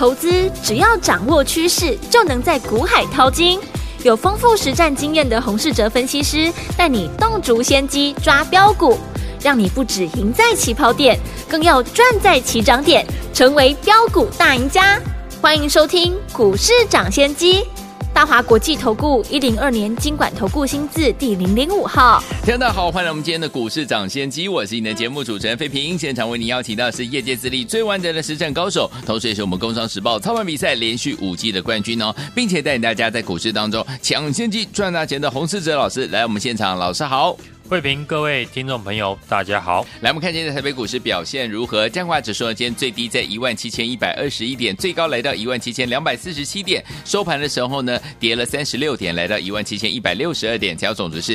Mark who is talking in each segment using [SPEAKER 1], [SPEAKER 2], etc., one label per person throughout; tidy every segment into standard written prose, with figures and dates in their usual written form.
[SPEAKER 1] 投资只要掌握趋势，就能在股海淘金。有丰富实战经验的洪士哲分析师带你洞烛先机抓标股，让你不只赢在起跑点，更要赚在起涨点，成为标股大赢家。欢迎收听股市涨先机，大华国际投顾102年金管投顾新字第005号。
[SPEAKER 2] 听众大家好，欢迎来我们今天的股市涨先机，我是你的节目主持人费平。现场为您邀请到的是业界资历最完整的实战高手，同时也是我们工商时报操盘比赛连续5季的冠军哦，并且带领大家在股市当中抢先机赚大钱的洪士哲老师来我们现场。老师好。
[SPEAKER 3] 慧平，各位听众朋友大家好。
[SPEAKER 2] 来，我们看今天的台北股市表现如何？加权指数呢，今天最低在17121点，最高来到17247点，收盘的时候呢跌了36点，来到17162点，成交总值是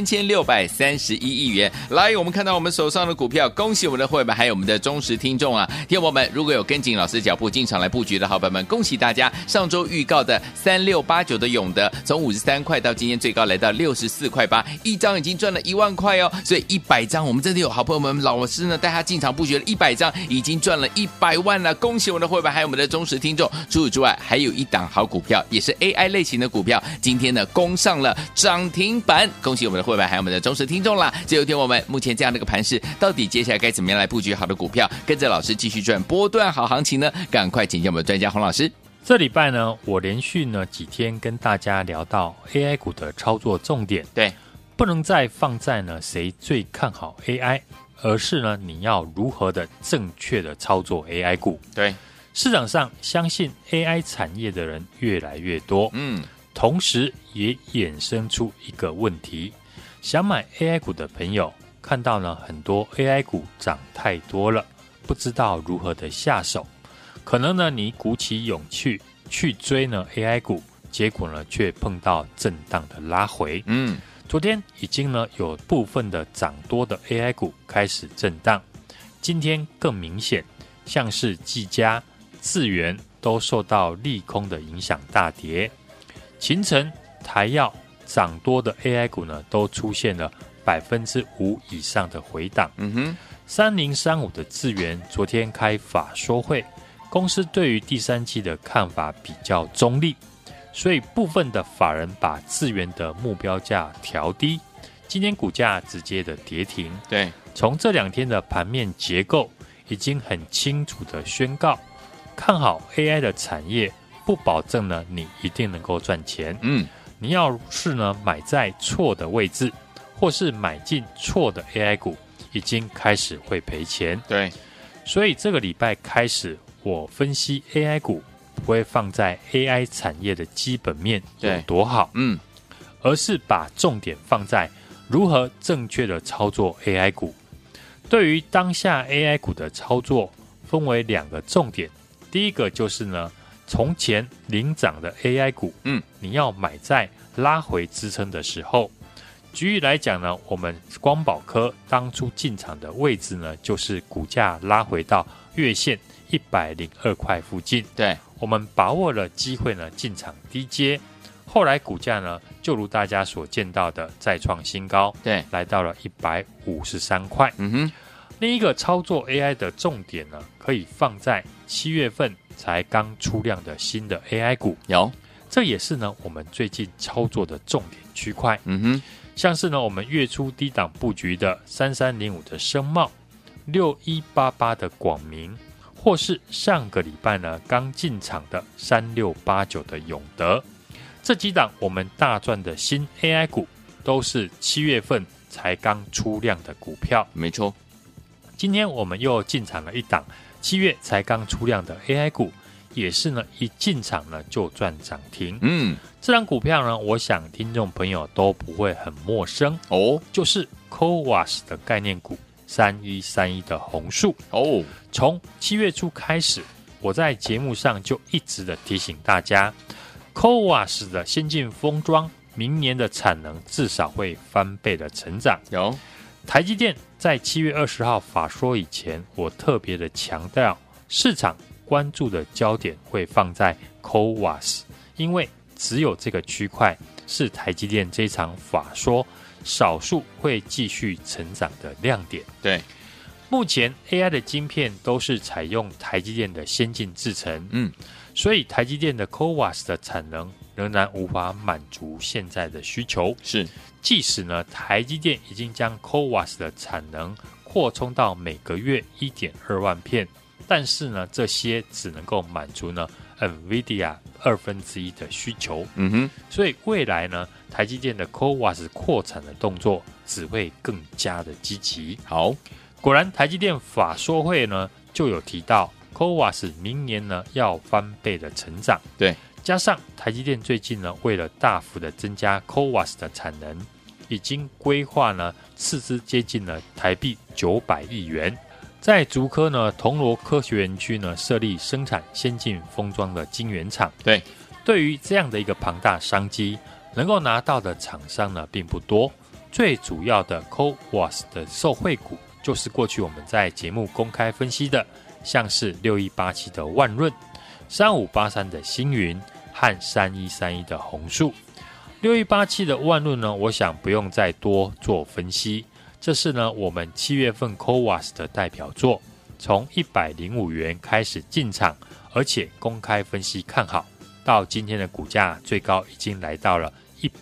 [SPEAKER 2] 3631亿元。来，我们看到我们手上的股票，恭喜我们的会员还有我们的忠实听众啊！听众朋友们，如果有跟紧老师脚步进场来布局的好朋友们，恭喜大家！上周预告的3689的永德，从53块到今天最高来到64块8，一张已经赚了1万块哦，所以100张，我们真的有好朋友们，老师呢带他进场布局了100张，已经赚了100万了，恭喜我们的会员还有我们的忠实听众。除此之外，还有一档好股票，也是 AI 类型的股票，今天呢攻上了涨停板，恭喜我们的会员还有我们的忠实听众啦。最后听我们目前这样的一个盘势，到底接下来该怎么样来布局好的股票，跟着老师继续赚波段好行情呢？赶快请教我们的专家洪老师。
[SPEAKER 3] 这礼拜呢，我连续几天跟大家聊到 AI 股的操作重点，
[SPEAKER 2] 对。
[SPEAKER 3] 不能再放在谁最看好 AI， 而是你要如何的正确的操作 AI 股。
[SPEAKER 2] 对，
[SPEAKER 3] 市场上相信 AI 产业的人越来越多，同时也衍生出一个问题，想买 AI 股的朋友看到很多 AI 股涨太多了，不知道如何的下手，可能你鼓起勇气去追AI 股，结果却碰到震荡的拉回。昨天已经有部分的涨多的 AI 股开始震荡，今天更明显，像是技嘉、智原都受到利空的影响大跌，勤诚、台燿涨多的 AI 股都出现了5%以上的回档。3035的智原昨天开法说会，公司对于第三季的看法比较中立，所以部分的法人把智原的目标价调低，今天股价直接的跌停。
[SPEAKER 2] 对，
[SPEAKER 3] 从这2天的盘面结构已经很清楚的宣告，看好 AI 的产业，不保证你一定能够赚钱。你要是买在错的位置，或是买进错的 AI 股，已经开始会赔钱。
[SPEAKER 2] 对，
[SPEAKER 3] 所以这个礼拜开始，我分析 AI 股不会放在 AI 产业的基本面有多好，而是把重点放在如何正确的操作 AI 股。对于当下 AI 股的操作，分为2个重点。第一个就是从前领涨的 AI 股，你要买在拉回支撑的时候。举例来讲我们光宝科当初进场的位置就是股价拉回到月线102块附近，
[SPEAKER 2] 对，
[SPEAKER 3] 我们把握了机会进场低接，后来股价就如大家所见到的再创新高，
[SPEAKER 2] 对，
[SPEAKER 3] 来到了153块。另一个操作 AI 的重点可以放在7月份才刚出量的新的 AI 股，这也是我们最近操作的重点区块。像是我们月初低档布局的3305的声茂，6188的广明，或是上个礼拜刚进场的3689的永德，这几档我们大赚的新 AI 股，都是7月份才刚出量的股票。
[SPEAKER 2] 没错，
[SPEAKER 3] 今天我们又进场了一档7月才刚出量的 AI 股，也是一进场就赚涨停。这档股票我想听众朋友都不会很陌生哦，就是 CoWAS 的概念股3131的弘塑哦。从7月初开始，我在节目上就一直的提醒大家 ，CoWAS 的先进封装明年的产能至少会翻倍的成长。
[SPEAKER 2] 有
[SPEAKER 3] 台积电在7月20号法说以前，我特别的强调，市场关注的焦点会放在 CoWAS， 因为只有这个区块是台积电这场法说少数会继续成长的亮点。
[SPEAKER 2] 对，
[SPEAKER 3] 目前 AI 的晶片都是采用台积电的先进制程，所以台积电的 CoWoS 的产能仍然无法满足现在的需求。
[SPEAKER 2] 是，
[SPEAKER 3] 即使呢台积电已经将 CoWoS 的产能扩充到每个月 1.2 万片，但是呢这些只能够满足呢 NVIDIA 1/2的需求。所以未来呢台积电的 CoWoS 扩产的动作只会更加的积极。
[SPEAKER 2] 好，
[SPEAKER 3] 果然台积电法说会呢就有提到 CoWoS 明年呢要翻倍的成长。
[SPEAKER 2] 对，
[SPEAKER 3] 加上台积电最近呢为了大幅的增加 CoWoS 的产能，已经规划呢斥资接近了台币900亿元，在竹科呢铜锣科学园区呢设立生产先进封装的晶圆厂。
[SPEAKER 2] 对，
[SPEAKER 3] 对于这样的一个庞大商机，能够拿到的厂商呢并不多。最主要的 CoWoS 的受惠股，就是过去我们在节目公开分析的，像是6187的万润、3583的星云和3131的弘塑。6187的万润呢，我想不用再多做分析，这是呢我们7月份 CoWoS 的代表作，从105元开始进场，而且公开分析看好，到今天的股价最高已经来到了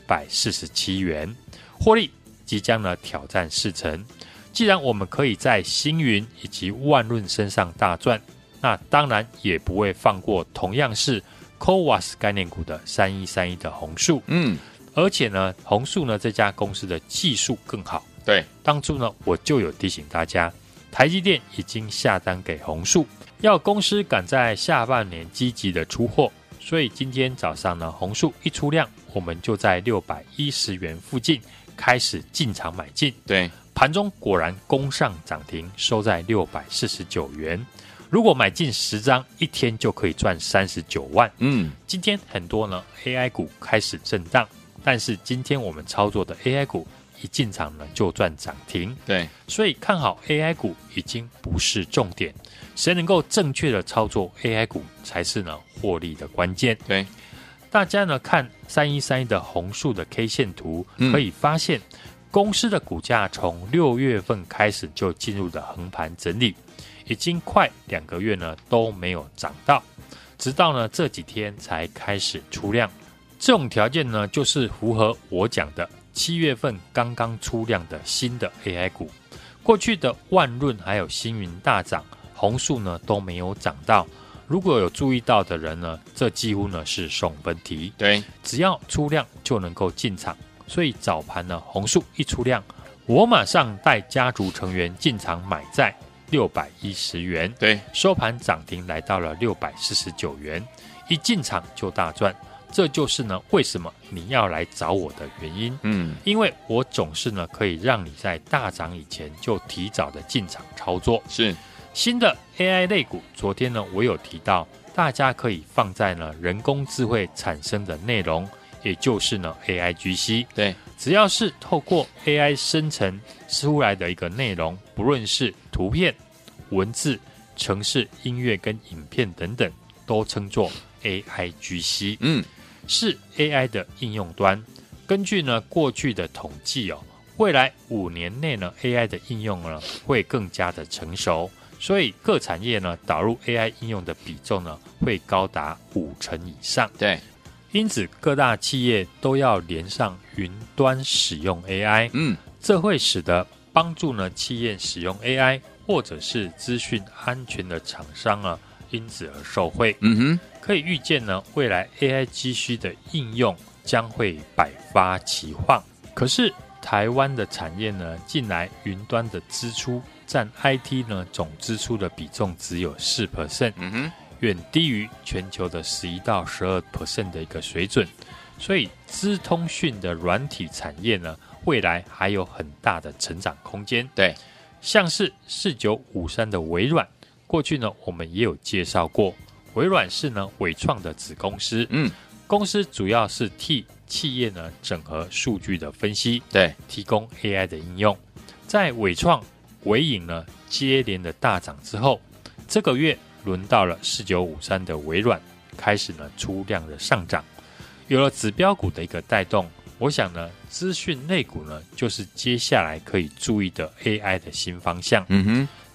[SPEAKER 3] 147元，获利即将呢挑战40%。既然我们可以在星云以及万润身上大赚，那当然也不会放过同样是 CoWoS 概念股的3131的弘塑。而且呢弘塑呢这家公司的技术更好。
[SPEAKER 2] 对，
[SPEAKER 3] 当初呢我就有提醒大家，台积电已经下单给弘塑，要公司赶在下半年积极的出货，所以今天早上呢弘塑一出量，我们就在610元附近开始进场买进。
[SPEAKER 2] 对，
[SPEAKER 3] 盘中果然攻上涨停，收在649元。如果买进10张，一天就可以赚39万。今天很多呢 AI 股开始震荡，但是今天我们操作的 AI 股一进场呢就赚涨停。
[SPEAKER 2] 对，
[SPEAKER 3] 所以看好 AI 股已经不是重点，谁能够正确的操作 AI 股才是呢获利的关键。
[SPEAKER 2] 对，
[SPEAKER 3] 大家呢看3131的弘塑的 K 线图，可以发现公司的股价从6月份开始就进入了横盘整理，已经快2个月呢都没有涨到，直到呢这几天才开始出量。这种条件呢就是符合我讲的7月份刚刚出量的新的 AI 股。过去的万润还有星云大涨，弘塑呢都没有涨到。如果有注意到的人呢，这几乎呢是送分题。
[SPEAKER 2] 对，
[SPEAKER 3] 只要出量就能够进场，所以早盘呢弘塑一出量，我马上带家族成员进场买在610元。
[SPEAKER 2] 对，
[SPEAKER 3] 收盘涨停来到了649元，一进场就大赚。这就是呢为什么你要来找我的原因。因为我总是呢可以让你在大涨以前就提早的进场操作。
[SPEAKER 2] 是
[SPEAKER 3] 新的 AI 类股，昨天呢我有提到，大家可以放在呢人工智慧产生的内容，也就是呢 AIGC。
[SPEAKER 2] 对，
[SPEAKER 3] 只要是透过 AI 生成出来的一个内容，不论是图片、文字、程式、音乐跟影片等等，都称作 AIGC。是 AI 的应用端。根据呢过去的统计未来5年内呢 AI 的应用呢会更加的成熟，所以各产业呢导入 AI 应用的比重呢会高达50%以上。
[SPEAKER 2] 对，
[SPEAKER 3] 因此各大企业都要连上云端使用 AI。这会使得帮助呢企业使用 AI 或者是资讯安全的厂商啊因此而受惠。可以预见呢，未来 AIGC 的应用将会百发齐放。可是台湾的产业呢，近来云端的支出占 IT 呢总支出的比重只有 4%，远低于全球的11到12% 的一个水准。所以资通讯的软体产业呢，未来还有很大的成长空间。
[SPEAKER 2] 对，
[SPEAKER 3] 像是4953的微软，过去呢我们也有介绍过。微软是呢伟创的子公司，公司主要是替企业呢整合数据的分析，
[SPEAKER 2] 对，
[SPEAKER 3] 提供 AI 的应用。在伟创、微影呢接连的大涨之后，这个月轮到了4953的微软开始呢出量的上涨，有了指标股的一个带动，我想呢资讯类股呢就是接下来可以注意的 AI 的新方向。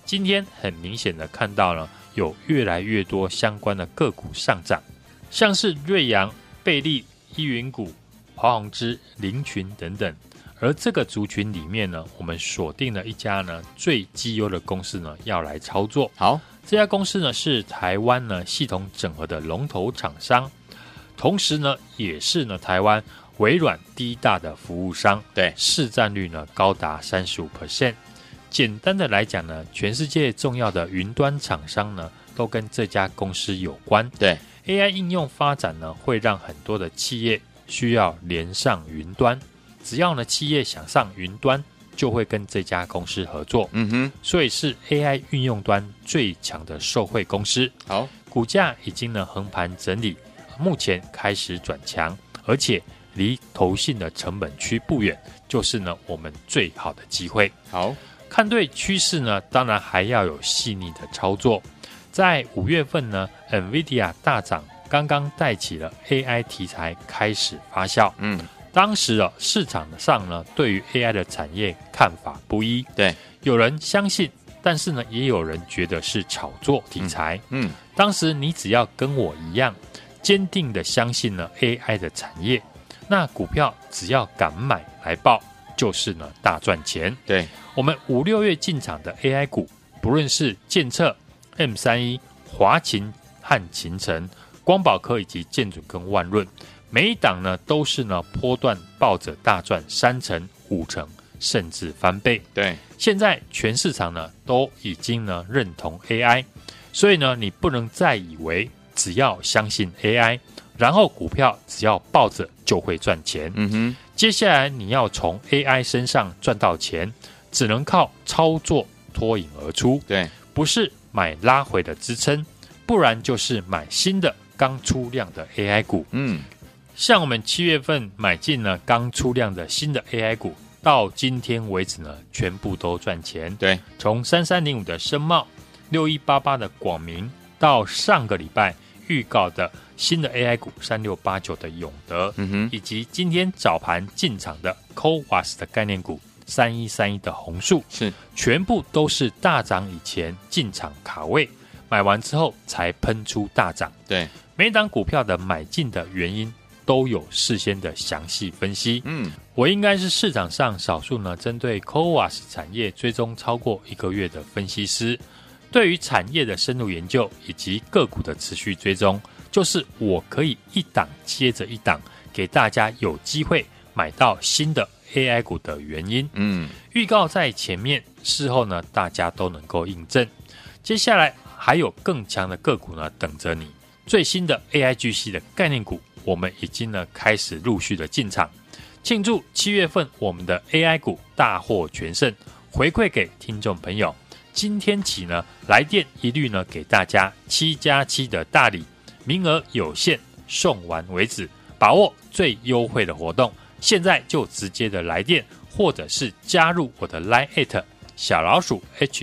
[SPEAKER 3] 今天很明显的看到了有越来越多相关的个股上涨，像是瑞阳、贝利、依云股、华宏资、凌群等等。而这个族群里面呢，我们锁定了一家呢最绩优的公司呢要来操作。
[SPEAKER 2] 好，
[SPEAKER 3] 这家公司呢是台湾呢系统整合的龙头厂商，同时呢也是呢台湾微软第一大的服务商，
[SPEAKER 2] 对，
[SPEAKER 3] 市占率呢高达 35%。简单的来讲呢，全世界重要的云端厂商呢都跟这家公司有关。
[SPEAKER 2] 对
[SPEAKER 3] ，AI 应用发展呢会让很多的企业需要连上云端。只要呢企业想上云端，就会跟这家公司合作。所以是 AI 运用端最强的受惠公司。
[SPEAKER 2] 好，
[SPEAKER 3] 股价已经呢横盘整理，目前开始转强，而且离投信的成本区不远，就是呢我们最好的机会。
[SPEAKER 2] 好，
[SPEAKER 3] 看对趋势呢，当然还要有细腻的操作。在5月份呢 ，NVIDIA 大涨，刚刚带起了 AI 题材开始发酵。当时市场上呢对于 AI 的产业看法不一，
[SPEAKER 2] 对，
[SPEAKER 3] 有人相信，但是呢也有人觉得是炒作题材。当时你只要跟我一样坚定的相信呢 AI 的产业，那股票只要敢买来报，就是呢大赚钱。
[SPEAKER 2] 对，
[SPEAKER 3] 我们5、6月进场的 AI 股，不论是建策、M31、华勤和勤诚、光宝科以及建准跟万润，每一档呢都是呢波段抱着大赚3成、5成，甚至翻倍。
[SPEAKER 2] 对，
[SPEAKER 3] 现在全市场呢都已经呢认同 AI， 所以呢你不能再以为只要相信 AI， 然后股票只要抱着就会赚钱。接下来你要从 AI 身上赚到钱，只能靠操作脱颖而出。
[SPEAKER 2] 对，
[SPEAKER 3] 不是买拉回的支撑，不然就是买新的刚出量的 AI 股。像我们7月份买进了刚出量的新的 AI 股，到今天为止呢，全部都赚钱。
[SPEAKER 2] 对，
[SPEAKER 3] 从3305的深茂、6188的广明，到上个礼拜预告的新的 AI 股3689的永德，以及今天早盘进场的 CoWAS 的概念股3131的弘塑，是全部都是大涨以前进场卡位，买完之后才喷出大涨。
[SPEAKER 2] 对，
[SPEAKER 3] 每档股票的买进的原因都有事先的详细分析。我应该是市场上少数呢针对 CoWAS 产业追踪超过1个月的分析师。对于产业的深入研究以及个股的持续追踪，就是我可以一档接着一档给大家有机会买到新的 AI 股的原因。预告在前面，事后呢大家都能够印证。接下来还有更强的个股呢等着你。最新的 AIGC 的概念股，我们已经呢开始陆续的进场，庆祝7月份我们的 AI 股大获全胜，回馈给听众朋友。今天起呢，来电一律呢给大家7+7的大礼，名额有限，送完为止，把握最优惠的活动。现在就直接的来电，或者是加入我的 Line@ 小老鼠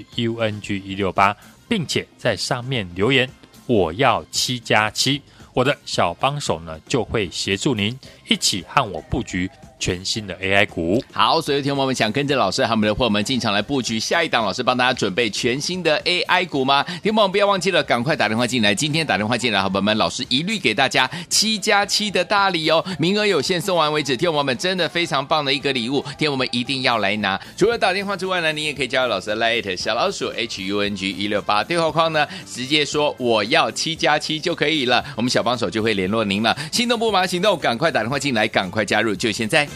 [SPEAKER 3] HUNG168，并且在上面留言我要7+7，我的小帮手呢就会协助您一起和我布局全新的 AI 股。
[SPEAKER 2] 好，所有听众朋友们想跟着老师和我们的伙伴们进场来布局下一档老师帮大家准备全新的 AI 股吗？听众朋友们不要忘记了，赶快打电话进来，今天打电话进来，伙伴们，老师一律给大家7+7的大礼哦，名额有限，送完为止。听众朋友们真的非常棒的一个礼物，听众朋友们一定要来拿。除了打电话之外呢，你也可以加入老师的 Line@ 小老鼠 HUNG168，对话框呢直接说我要7+7就可以了，我们小帮手就会联络您了。心动不马上行动，赶快打电话进来，赶快加入，就现在。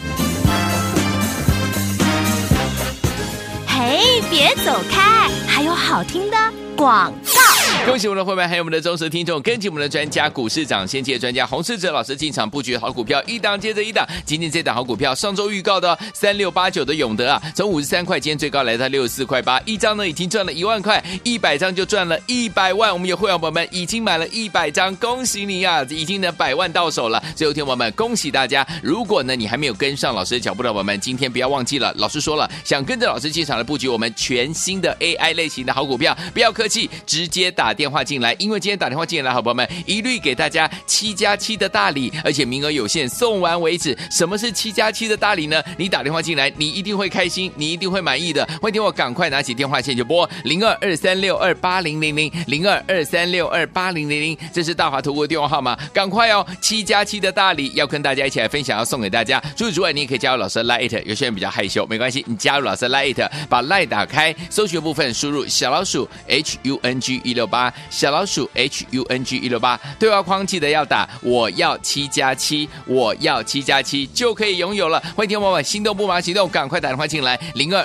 [SPEAKER 1] 嘿，别走开，还有好听的广告。
[SPEAKER 2] 恭喜我们的会员还有我们的忠实听众，跟紧我们的专家股市长先机的专家洪士哲老师进场布局好股票，一档接着一档。今天这档好股票上周预告的3689的永德啊，从53块今天最高来到64块8，一张呢已经赚了1万块，100张就赚了100万。我们有会员朋友们已经买了100张，恭喜你啊，已经呢100万到手了。所以听众朋友们，恭喜大家！如果呢你还没有跟上老师的脚步的朋友们，今天不要忘记了，老师说了，想跟着老师进场来布局我们全新的 AI 类型的好股票，不要客气，直接打打电话进来，因为今天打电话进来，好朋友们一律给大家7+7的大礼，而且名额有限，送完为止。什么是7+7的大礼呢？你打电话进来，你一定会开心，你一定会满意的。欢迎听我赶快拿起电话线就拨0223628000，0223628000，这是大华投顾的电话号码，赶快哦！7+7的大礼要跟大家一起来分享，要送给大家。除此之外，你也可以加入老师的 Lite， 有些人比较害羞，没关系，你加入老师的 Lite， 把 Lite 打开，搜寻部分输入小老鼠 HUNG168， 小老鼠 HUNG168， 对话框记得要打我要7+7，我要7+7就可以拥有了。欢迎听众朋友们心动不忙行动，赶快打电话进来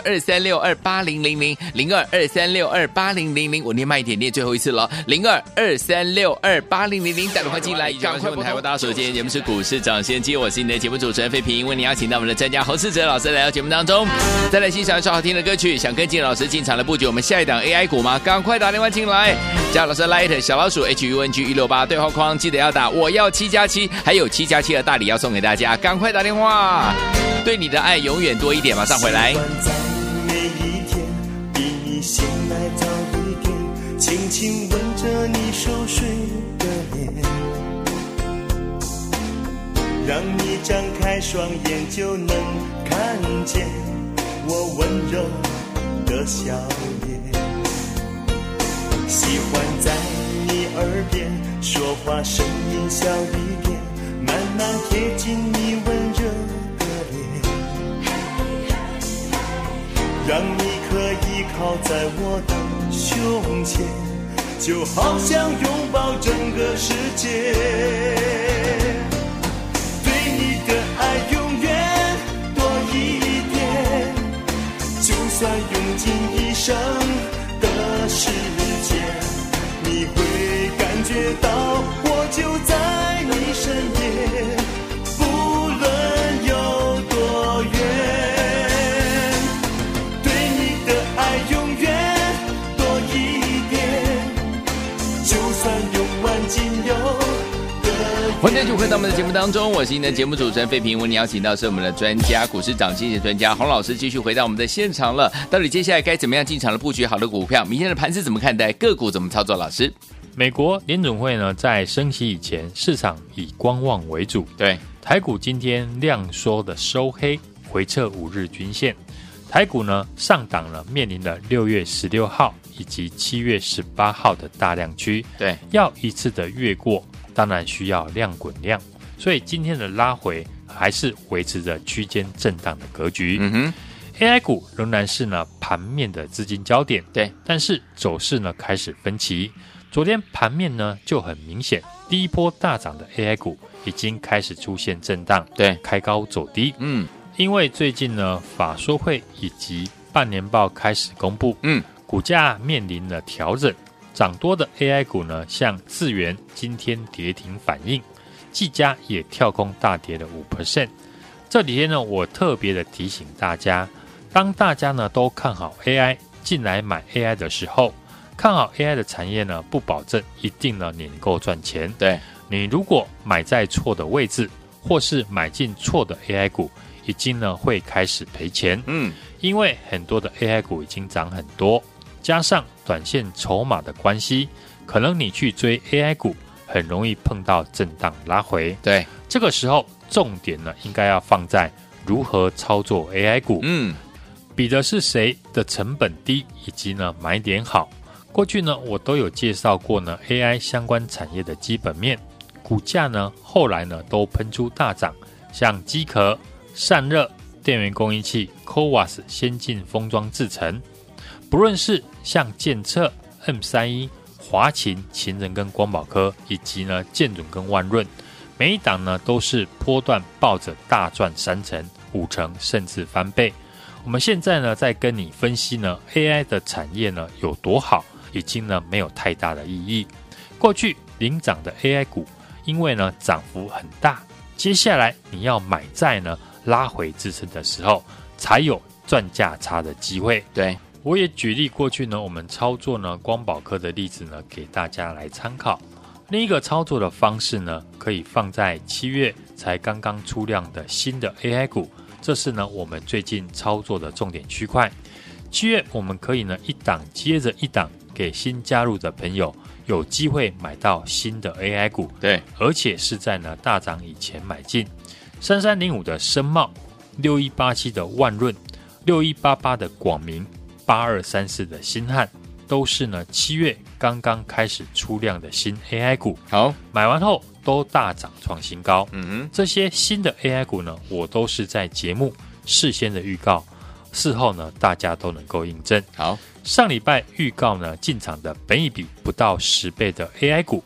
[SPEAKER 2] ，0223628000，0223628000，我念慢一点，念最后一次了，0223628000，打电话进来，赶快！我们台湾大家所见节目是股市涨先机，我是你的节目主持人费平，为你邀请到我们的专家洪士哲老师来到节目当中，再来欣赏一首好听的歌曲。想跟进老师进场的布局我们下一档 AI 股吗？赶快打电话进来，加入老师的 Lite 小老鼠 HUNG168， 对话框记得要打我要7+7，还有7+7的大礼要送给大家，赶快打电话，对你的爱永远多一点，马上回来。
[SPEAKER 4] 每一天比你醒来早一点，轻轻吻着你熟睡的脸，让你张开双眼就能看见我温柔的笑脸，喜欢在你耳边说话声音小一点，慢慢贴近你温热的脸，让你可以靠在我的胸前，就好像拥抱整个世界，对你的爱永远多一点，就算用尽一生的时间，你会感觉到我就在你身边，不论有多远，对你的爱永远多一点，就算用完仅有的。
[SPEAKER 2] 欢迎继续回到我们的节目当中，我是您的节目主持人费平，为您邀请到是我们的专家股市涨薪的专家洪老师，继续回到我们的现场了。到底接下来该怎么样进场的布局好的股票？明天的盘势怎么看待？个股怎么操作？老师，
[SPEAKER 3] 美国联准会呢在升息以前，市场以观望为主。
[SPEAKER 2] 对，
[SPEAKER 3] 台股今天量缩的收黑，回撤5日均线。台股呢上档了，面临了6月16号以及7月18号的大量区，
[SPEAKER 2] 对，
[SPEAKER 3] 要一次的越过，当然需要量滚量，所以今天的拉回还是维持着区间震荡的格局。AI 股仍然是呢盘面的资金焦点，
[SPEAKER 2] 对，
[SPEAKER 3] 但是走势呢开始分歧。昨天盘面呢就很明显，第一波大涨的 AI 股已经开始出现震荡，
[SPEAKER 2] 对，
[SPEAKER 3] 开高走低。因为最近呢法说会以及半年报开始公布，股价面临了调整，涨多的 AI 股呢，像智原今天跌停反应，技嘉也跳空大跌了 5%。这几天呢，我特别的提醒大家，当大家呢都看好 AI 进来买 AI 的时候，看好 AI 的产业呢，不保证一定呢你能够赚钱。
[SPEAKER 2] 对，
[SPEAKER 3] 你如果买在错的位置，或是买进错的 AI 股，已经呢会开始赔钱。因为很多的 AI 股已经涨很多，加上短线筹码的关系，可能你去追 AI 股，很容易碰到震荡拉回。
[SPEAKER 2] 对，
[SPEAKER 3] 这个时候重点呢应该要放在如何操作 AI 股。比的是谁的成本低，以及呢买点好。过去呢我都有介绍过呢 AI 相关产业的基本面，股价呢后来呢都喷出大涨，像机壳、散热、电源供应器、CoWAS 先进封装制程，不论是像建策、M31、华勤、勤人跟光宝科，以及呢建准跟万润，每一档呢都是波段抱着大赚3成、5成，甚至翻倍。我们现在呢在跟你分析呢 AI 的产业呢有多好，已经呢没有太大的意义。过去领涨的 AI 股，因为呢涨幅很大，接下来你要买在呢拉回支撑的时候，才有赚价差的机会。
[SPEAKER 2] 对，
[SPEAKER 3] 我也举例过去呢我们操作呢光宝科的例子呢给大家来参考。另一个操作的方式呢，可以放在7月才刚刚出量的新的 AI 股，这是呢我们最近操作的重点区块。7月我们可以呢一档接着一档给新加入的朋友有机会买到新的 AI 股，
[SPEAKER 2] 对，
[SPEAKER 3] 而且是在呢大涨以前买进。3305的深茂，6187的万润，6188的广明，8234的新汉，都是呢7月刚刚开始出量的新 AI 股。
[SPEAKER 2] 好，
[SPEAKER 3] 买完后都大涨创新高。这些新的 AI 股呢，我都是在节目事先的预告，事后呢大家都能够印证。
[SPEAKER 2] 好，
[SPEAKER 3] 上礼拜预告呢进场的本益比不到10倍的 AI 股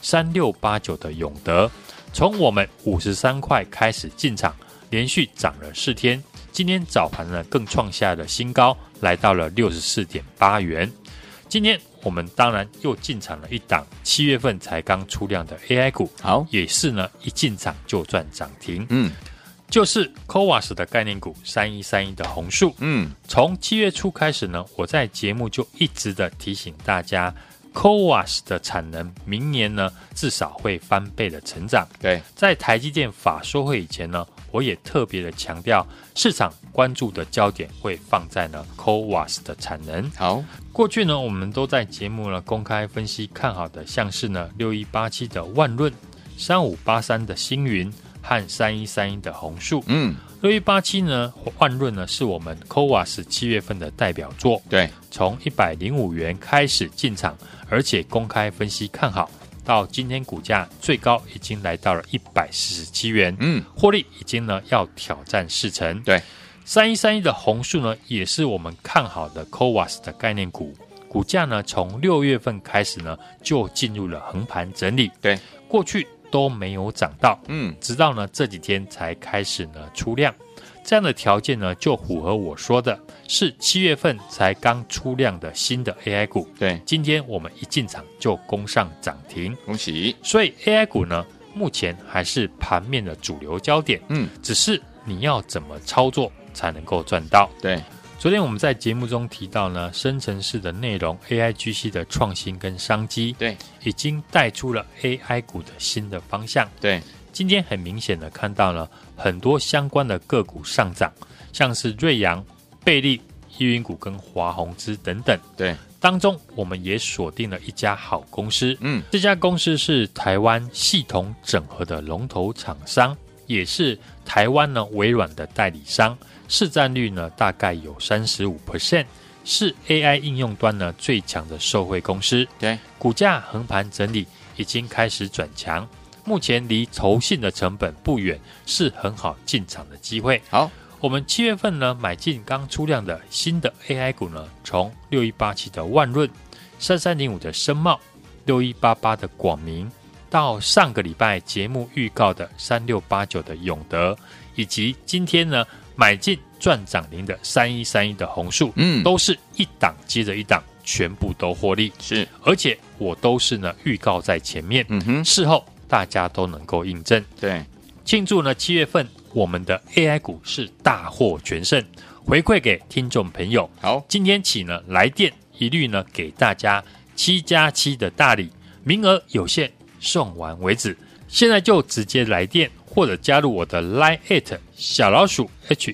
[SPEAKER 3] ，3689的永德，从我们53块开始进场，连续涨了4天，今天早盘呢更创下了新高，来到了 64.8 元。今天我们当然又进场了一档7月份才刚出量的 AI 股，
[SPEAKER 2] 好，
[SPEAKER 3] 也是呢一进场就赚涨停，就是 CoWAS 的概念股3131的弘树，从7月初开始呢，我在节目就一直的提醒大家，CoWAS 的产能明年呢至少会翻倍的成长。
[SPEAKER 2] 对，
[SPEAKER 3] 在台积电法说会以前呢，我也特别的强调，市场关注的焦点会放在呢 CoWAS 的产能。
[SPEAKER 2] 好，
[SPEAKER 3] 过去呢，我们都在节目呢公开分析看好的，像是呢6187的万润、3583的星云和3131的弘树。6187呢，万润呢是我们 CoWAS 7月份的代表作。对，从105元开始进场，而且公开分析看好，到今天股价最高已经来到了147元，获利已经呢要挑战4成。对，3131的弘树呢，也是我们看好的 CoWAS 的概念股，股价呢从6月份开始呢就进入了横盘整理。对，过去都没有涨到，直到呢这几天才开始呢出量，这样的条件呢就符合我说的，是7月份才刚出量的新的 AI 股。对，今天我们一进场就攻上涨停，恭喜！所以 AI 股呢，目前还是盘面的主流焦点，只是你要怎么操作才能够赚到。对。昨天我们在节目中提到呢，生成式的内容 AIGC 的创新跟商机，对，已经带出了 AI 股的新的方向。对，今天很明显的看到了很多相关的个股上涨，像是瑞阳、贝利、易云股跟华宏资等等。对，当中我们也锁定了一家好公司，这家公司是台湾系统整合的龙头厂商，也是台湾呢微软的代理商。市占率呢大概有 35%， 是 AI 应用端呢最强的受惠公司。对，股价横盘整理，已经开始转强，目前离投信的成本不远，是很好进场的机会。好，我们7月份呢买进刚出量的新的 AI 股呢，从6187的万润、3305的深茂、6188的广明，到上个礼拜节目预告的3689的永德，以及今天呢买进赚涨停的3131的弘树，都是一档接着一档，全部都获利。是，而且我都是呢预告在前面，事后大家都能够印证。对，庆祝呢7月份我们的 AI 股是大获全胜，回馈给听众朋友。好，今天起呢来电一律呢给大家7+7的大礼，名额有限，送完为止。现在就直接来电或者加入我的 Line@ 小老鼠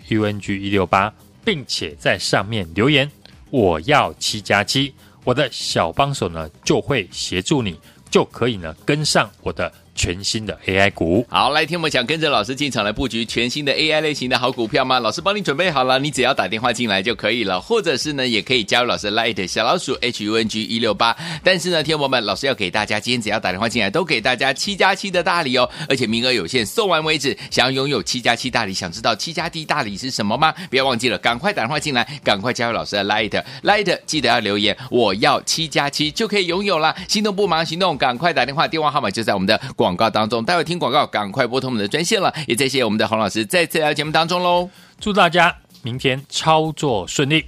[SPEAKER 3] HUNG168， 并且在上面留言我要7+7，我的小帮手呢就会协助你，就可以呢跟上我的全新的 AI 股。
[SPEAKER 2] 好，来，听我们想跟着老师进场来布局全新的 AI 类型的好股票吗？老师帮你准备好了，你只要打电话进来就可以了，或者是呢也可以加入老师 Line@ 小老鼠 HUNG168。但是呢，听我们老师要给大家，今天只要打电话进来都给大家7+7的大礼哦，而且名额有限，送完为止。想要拥有7+7大礼，想知道7+7大礼是什么吗？不要忘记了，赶快打电话进来，赶快加入老师的 Line@ 记得要留言我要7+7就可以拥有了。心动不忙行动，赶快打电话，电话号码就在我们的广告当中，待会听广告赶快拨通我们的专线了。也谢谢我们的洪老师再次来到节目当中喽，
[SPEAKER 3] 祝大家明天操作顺利。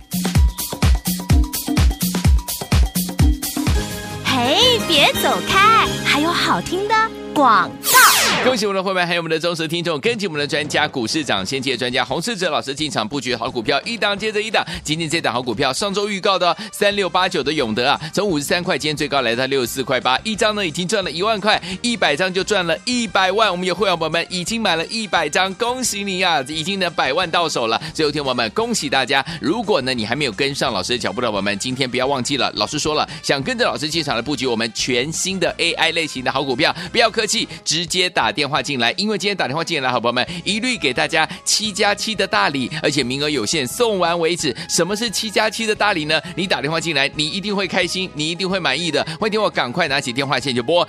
[SPEAKER 1] 嘿，别走开，还有好听的广告。
[SPEAKER 2] 恭喜我们的会员，还有我们的忠实听众，跟紧我们的专家股市长先机的专家洪士哲老师进场布局好股票，一档接着一档。今天这档好股票，上周预告的3689的永德啊，从53块，今天最高来到64块8，一张呢已经赚了1万块，100张就赚了100万。我们有会员朋友们已经买了100张，恭喜你啊，已经呢100万到手了。最后天我们恭喜大家，如果呢你还没有跟上老师的脚步的朋友们，今天不要忘记了，老师说了，想跟着老师进场来布局我们全新的 AI 类型的好股票，不要客气，直接打电话进来，因为今天打电话进来，好朋友们一律给大家7+7的大礼，而且名额有限，送完为止。什么是7+7的大礼呢？你打电话进来，你一定会开心，你一定会满意的。欢迎我赶快拿起电话线就拨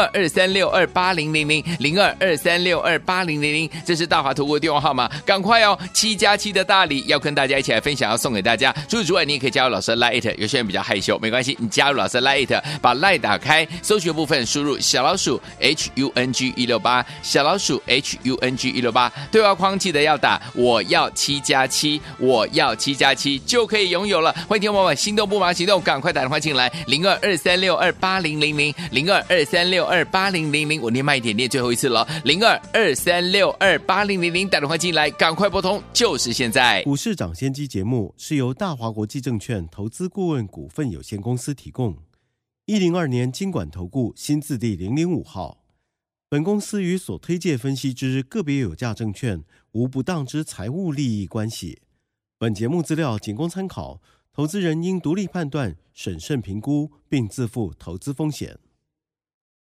[SPEAKER 2] 0223628000，0223628000，这是大华投顾的电话号码，赶快哦！7+7的大礼要跟大家一起来分享，要送给大家。除此之外，你也可以加入老师的 Lite， 有些人比较害羞，没关系，你加入老师的 Lite， 把 Lite 打开，搜寻部分输入小老鼠 HUNG168， 小老鼠 HUNG168， 对话框记得要打我要7+7，我要7+7就可以拥有了。欢迎听众朋友们心动不马上行动，赶快打电话进来，0223628000， 0223628000，我念慢一点，念最后一次了，0223628000，打电话进来，赶快拨通，就是现在。
[SPEAKER 5] 股市涨先机节目是由大华国际证券投资顾问股份有限公司提供，102年金管投顾新字第005号。本公司与所推介分析之个别有价证券无不当之财务利益关系。本节目资料仅供参考，投资人应独立判断、审慎评估，并自负投资风险。